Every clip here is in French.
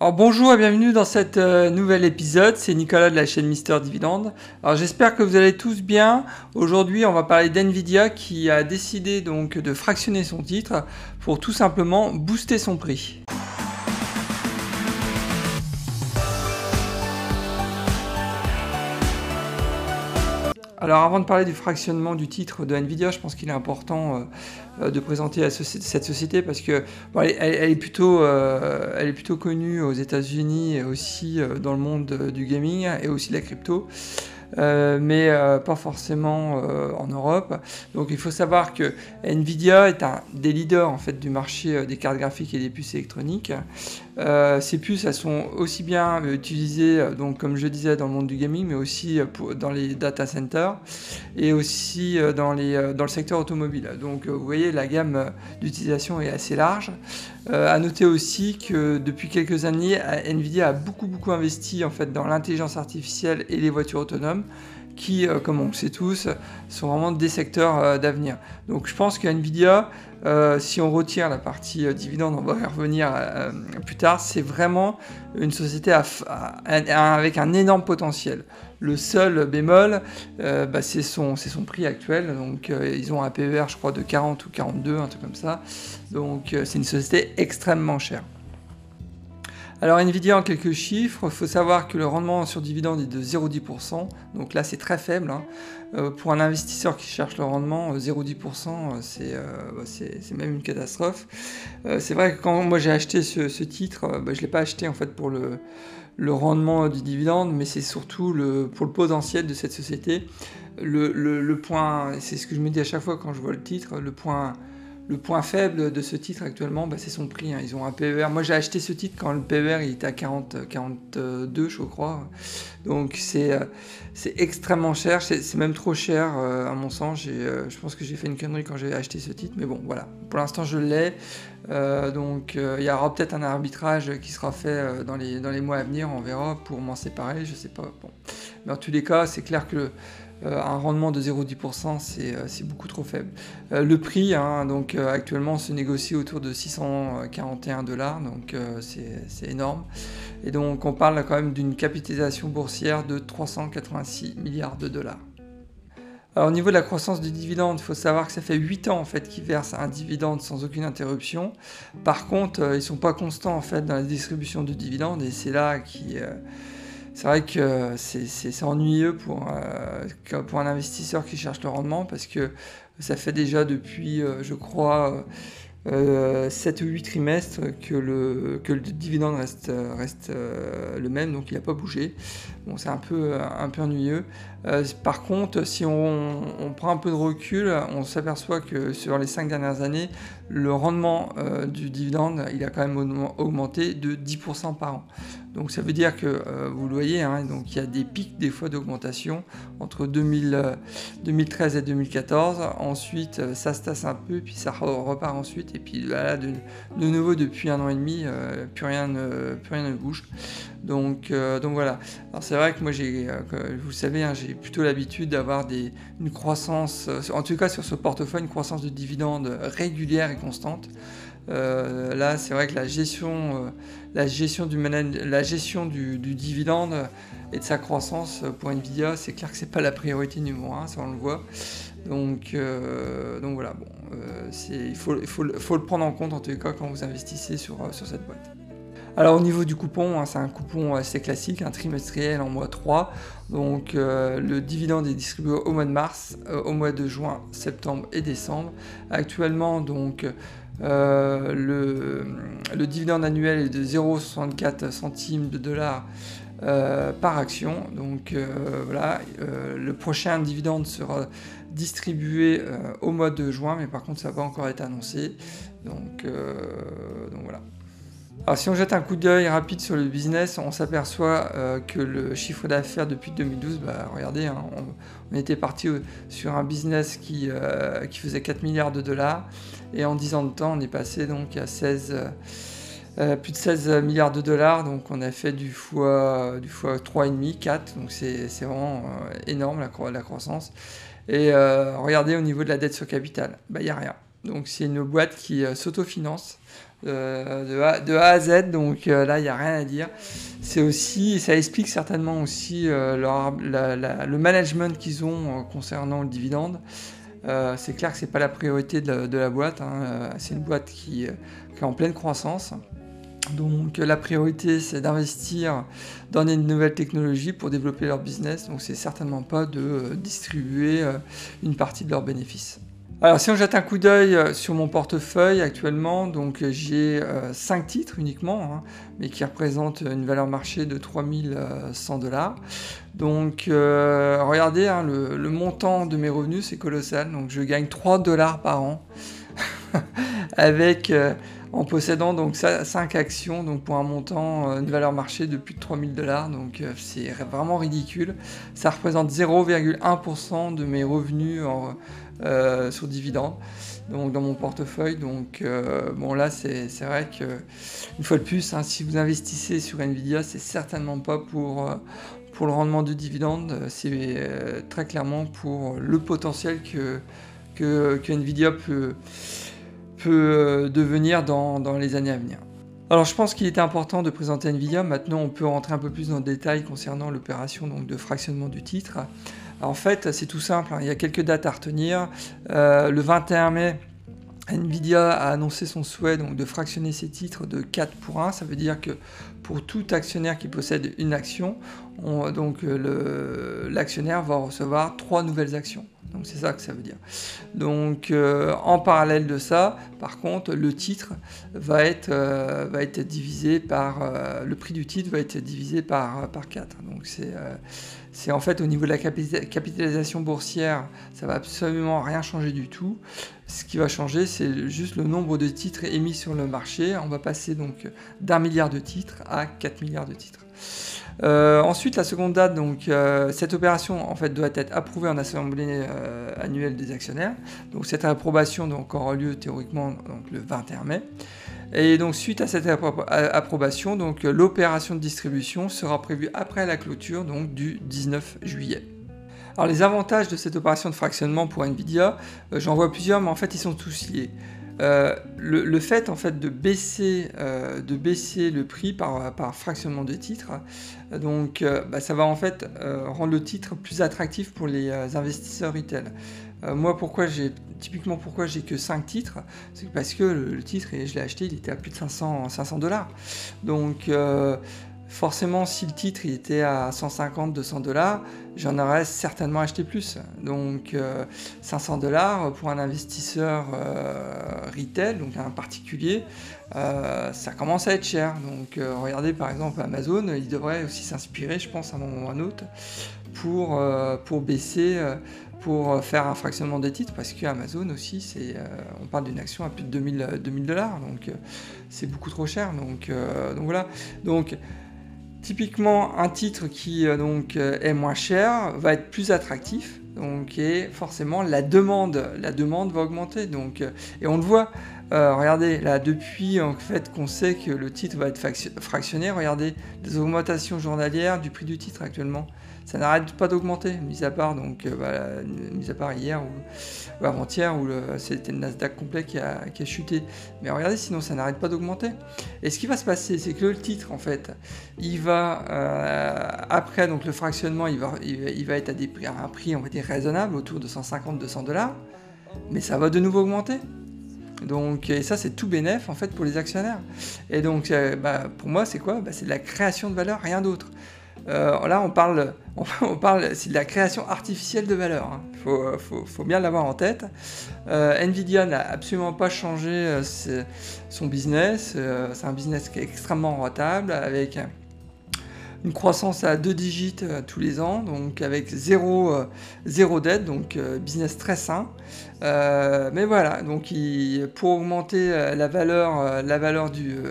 Alors bonjour et bienvenue dans cet nouvel épisode, c'est Nicolas de la chaîne Mister Dividende. Alors j'espère que vous allez tous bien. Aujourd'hui on va parler d'NVIDIA qui a décidé donc de fractionner son titre pour tout simplement booster son prix. Alors avant de parler du fractionnement du titre de NVIDIA, je pense qu'il est important de présenter cette société parce que bon, elle est plutôt connue aux États-Unis et aussi dans le monde du gaming et aussi de la crypto. Mais pas forcément en Europe. Donc il faut savoir que Nvidia est un des leaders en fait du marché des cartes graphiques et des puces électroniques. Ces puces elles sont aussi bien utilisées donc comme je disais dans le monde du gaming, mais aussi dans les data centers et aussi dans le secteur automobile. Donc vous voyez la gamme d'utilisation est assez large. À noter aussi que depuis quelques années, Nvidia a beaucoup investi en fait dans l'intelligence artificielle et les voitures autonomes, qui, comme on le sait tous, sont vraiment des secteurs d'avenir. Donc je pense que Nvidia, si on retire la partie dividende, on va y revenir plus tard, c'est vraiment une société avec un énorme potentiel. Le seul bémol, c'est son prix actuel. Donc ils ont un PER, je crois, de 40 ou 42, un truc comme ça. Donc c'est une société extrêmement chère. Alors Nvidia en quelques chiffres, il faut savoir que le rendement sur dividende est de 0,10%, donc là c'est très faible. Pour un investisseur qui cherche le rendement, 0,10% c'est même une catastrophe. C'est vrai que quand moi j'ai acheté ce titre, je ne l'ai pas acheté en fait pour le rendement du dividende, mais c'est surtout pour le potentiel de cette société. Le point, c'est ce que je me dis à chaque fois quand je vois le titre, le point faible de ce titre actuellement, c'est son prix. Ils ont un PER. Moi, j'ai acheté ce titre quand le PER il était à 42, je crois. Donc, c'est extrêmement cher. C'est même trop cher, à mon sens. Je pense que j'ai fait une connerie quand j'ai acheté ce titre. Mais bon, voilà. Pour l'instant, je l'ai. Donc, il y aura peut-être un arbitrage qui sera fait dans les mois à venir. On verra pour m'en séparer. Je sais pas. Bon. Mais en tous les cas, c'est clair que un rendement de 0,10%, c'est beaucoup trop faible. Le prix, donc actuellement, se négocie autour de 641 $, donc c'est énorme. Et donc on parle quand même d'une capitalisation boursière de 386 milliards de dollars. Alors au niveau de la croissance du dividende, il faut savoir que ça fait 8 ans en fait qu'ils versent un dividende sans aucune interruption. Par contre, ils ne sont pas constants en fait dans la distribution du dividende et c'est là qui... c'est vrai que c'est ennuyeux pour un investisseur qui cherche le rendement parce que ça fait déjà depuis, je crois, 7 ou 8 trimestres que le dividende reste le même, donc il n'a pas bougé. Bon, c'est un peu ennuyeux. Par contre, si on prend un peu de recul, on s'aperçoit que sur les 5 dernières années, le rendement du dividende, il a quand même augmenté de 10% par an. Donc ça veut dire que, vous le voyez, donc il y a des pics des fois d'augmentation entre 2013 et 2014. Ensuite, ça se tasse un peu, puis ça repart ensuite. Et puis là, de nouveau, depuis 1 an et demi, plus rien ne bouge. Donc voilà. Alors c'est vrai que moi, vous le savez, j'ai plutôt l'habitude d'avoir une croissance, en tout cas sur ce portefeuille, une croissance de dividendes régulière et constante. Là, c'est vrai que la gestion du dividende et de sa croissance pour Nvidia, c'est clair que c'est pas la priorité numéro 1, ça on le voit. Donc voilà, bon, il faut le prendre en compte en tout cas quand vous investissez sur cette boîte. Alors au niveau du coupon, c'est un coupon assez classique, un trimestriel en mois 3. Donc le dividende est distribué au mois de mars, au mois de juin, septembre et décembre. Actuellement, donc le dividende annuel est de 0,64 centimes de dollars par action. Donc voilà, le prochain dividende sera distribué au mois de juin, mais par contre ça va pas encore être annoncé. Donc voilà. Alors si on jette un coup d'œil rapide sur le business, on s'aperçoit que le chiffre d'affaires depuis 2012, regardez, on était parti sur un business qui faisait 4 milliards de dollars, et en 10 ans de temps, on est passé donc à plus de 16 milliards de dollars, donc on a fait du fois 3,5, 4, donc c'est vraiment énorme la croissance. Et regardez au niveau de la dette sur capital, il n'y a rien. Donc c'est une boîte qui s'autofinance. de A à Z, donc là, il n'y a rien à dire. C'est aussi, ça explique certainement aussi le management qu'ils ont concernant le dividende. C'est clair que c'est pas la priorité de la boîte, hein. C'est une boîte qui est en pleine croissance. Donc la priorité, c'est d'investir dans des nouvelles technologies pour développer leur business. Donc c'est certainement pas de distribuer une partie de leurs bénéfices. Alors si on jette un coup d'œil sur mon portefeuille actuellement, donc j'ai 5 titres uniquement, hein, mais qui représentent une valeur marché de 3100 $. Donc regardez, hein, le montant de mes revenus, c'est colossal. Donc je gagne 3 $ par an avec en possédant donc 5 actions, donc pour un montant, une valeur marché de plus de 3000 $. Donc c'est vraiment ridicule. Ça représente 0,1% de mes revenus sur dividendes, donc dans mon portefeuille. Donc bon, là c'est vrai que une fois de plus, hein, si vous investissez sur Nvidia, c'est certainement pas pour le rendement de dividendes, c'est très clairement pour le potentiel que Nvidia peut devenir dans les années à venir. Alors je pense qu'il était important de présenter Nvidia. Maintenant on peut rentrer un peu plus dans le détail concernant l'opération donc de fractionnement du titre. Alors, en fait c'est tout simple, hein. Il y a quelques dates à retenir. Le 21 mai, Nvidia a annoncé son souhait donc, de fractionner ses titres de 4 pour 1. Ça veut dire que pour tout actionnaire qui possède une action, l'actionnaire va recevoir 3 nouvelles actions. Donc c'est ça que ça veut dire. Donc en parallèle de ça, par contre, le titre va être divisé par... le prix du titre va être divisé par 4. Donc c'est en fait au niveau de la capitalisation boursière, ça va absolument rien changer du tout. Ce qui va changer, c'est juste le nombre de titres émis sur le marché. On va passer donc d'1 milliard de titres à 4 milliards de titres. Ensuite, la seconde date, donc cette opération en fait doit être approuvée en assemblée annuelle des actionnaires. Donc cette approbation donc, aura lieu théoriquement donc, le 21 mai. Et donc suite à cette approbation, donc l'opération de distribution sera prévue après la clôture donc du 19 juillet. Alors les avantages de cette opération de fractionnement pour Nvidia, j'en vois plusieurs, mais en fait ils sont tous liés. Le fait en fait de baisser le prix par fractionnement de titres, donc ça va en fait rendre le titre plus attractif pour les investisseurs retail. Moi pourquoi j'ai que 5 titres, c'est parce que le titre, et je l'ai acheté, il était à plus de 500 $. Donc forcément, si le titre il était à 150, 200 $, j'en aurais certainement acheté plus. Donc 500 $ pour un investisseur retail, donc un particulier, ça commence à être cher. Donc regardez par exemple Amazon, il devrait aussi s'inspirer, je pense, à un moment ou à un autre, pour baisser, pour faire un fractionnement des titres, parce qu'Amazon aussi, on parle d'une action à plus de 2000 $, donc c'est beaucoup trop cher. Donc voilà. Donc typiquement, un titre qui est moins cher va être plus attractif, donc, et forcément la demande va augmenter. Donc, et on le voit, regardez, là, depuis en fait, qu'on sait que le titre va être fractionné, regardez les augmentations journalières du prix du titre actuellement. Ça n'arrête pas d'augmenter, mis à part hier ou avant-hier où c'était le Nasdaq complet qui a chuté. Mais regardez, sinon ça n'arrête pas d'augmenter. Et ce qui va se passer, c'est que le titre, en fait, il va après donc le fractionnement, il va être à un prix on va dire raisonnable, autour de 150-200 $, mais ça va de nouveau augmenter. Donc, et ça c'est tout bénef en fait pour les actionnaires. Et donc pour moi c'est quoi ? C'est de la création de valeur, rien d'autre. Là on parle c'est de la création artificielle de valeur, hein. Faut bien l'avoir en tête. Nvidia n'a absolument pas changé son business, c'est un business qui est extrêmement rentable, avec une croissance à 2 digits tous les ans, donc avec zéro dette, donc business très sain. Mais voilà, donc pour augmenter la valeur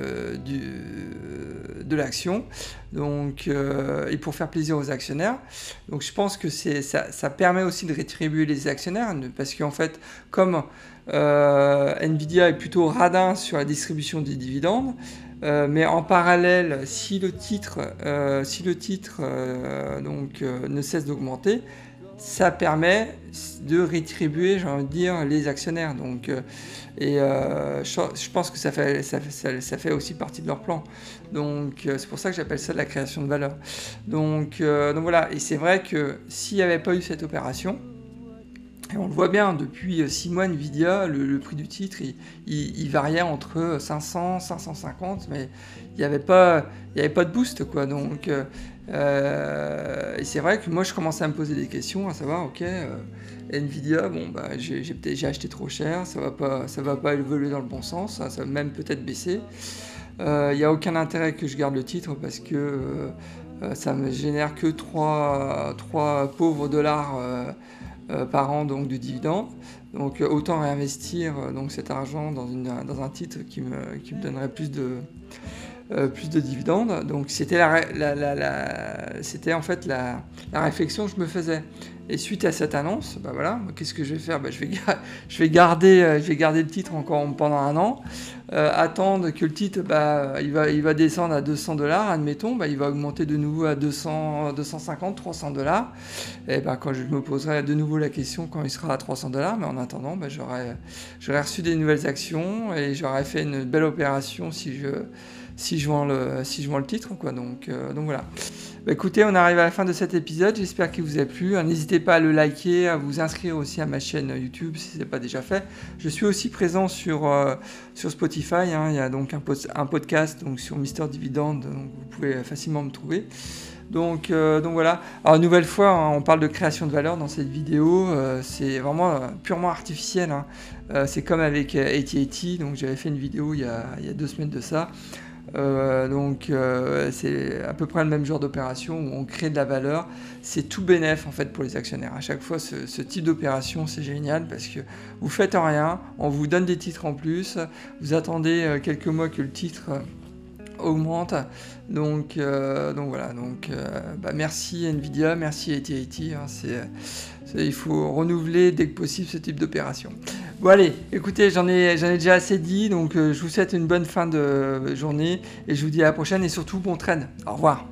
de l'action, donc et pour faire plaisir aux actionnaires. Donc je pense que ça permet aussi de rétribuer les actionnaires, parce qu'en fait, comme Nvidia est plutôt radin sur la distribution des dividendes, mais en parallèle, si le titre ne cesse d'augmenter, ça permet de rétribuer, j'ai envie de dire, les actionnaires. Donc, je pense que ça fait aussi partie de leur plan. Donc, c'est pour ça que j'appelle ça de la création de valeur. Donc voilà, et c'est vrai que s'il n'y avait pas eu cette opération, et on le voit bien, depuis 6 mois, Nvidia, le prix du titre, il variait entre 500, 550, mais il n'y avait pas de boost, quoi. Donc, et c'est vrai que moi, je commençais à me poser des questions, à savoir, ok, Nvidia, bon, bah, j'ai acheté trop cher, ça va pas évoluer dans le bon sens, ça va même peut-être baisser. Il n'y a aucun intérêt que je garde le titre parce que ça me génère que 3 pauvres dollars par an donc de dividendes. Donc autant réinvestir donc cet argent dans un titre qui me donnerait plus de dividendes. Donc c'était c'était en fait la réflexion que je me faisais. Et suite à cette annonce, bah voilà, qu'est-ce que je vais faire? Je vais garder le titre encore pendant un an, attendre que le titre il va descendre à 200 $, admettons, il va augmenter de nouveau à 200, 250, 300 $. Et quand je me poserai de nouveau la question quand il sera à 300 $, mais en attendant, j'aurais reçu des nouvelles actions et j'aurais fait une belle opération si je vends le titre, quoi. Donc voilà. Écoutez, on arrive à la fin de cet épisode, j'espère qu'il vous a plu. N'hésitez pas à le liker, à vous inscrire aussi à ma chaîne YouTube si ce n'est pas déjà fait. Je suis aussi présent sur Spotify, hein. Il y a donc un podcast donc, sur Mister Dividende, donc vous pouvez facilement me trouver. Donc voilà. Alors une nouvelle fois, hein, on parle de création de valeur dans cette vidéo. C'est vraiment purement artificiel, hein. C'est comme avec AT&T, donc j'avais fait une vidéo il y a 2 semaines de ça. C'est à peu près le même genre d'opération où on crée de la valeur. C'est tout bénef en fait pour les actionnaires. À chaque fois, ce type d'opération, c'est génial parce que vous faites rien, on vous donne des titres en plus, vous attendez quelques mois que le titre augmente. Donc voilà. Merci Nvidia, merci AT&T. Hein, il faut renouveler dès que possible ce type d'opération. Bon allez, écoutez, j'en ai déjà assez dit, donc je vous souhaite une bonne fin de journée et je vous dis à la prochaine et surtout bon trade. Au revoir.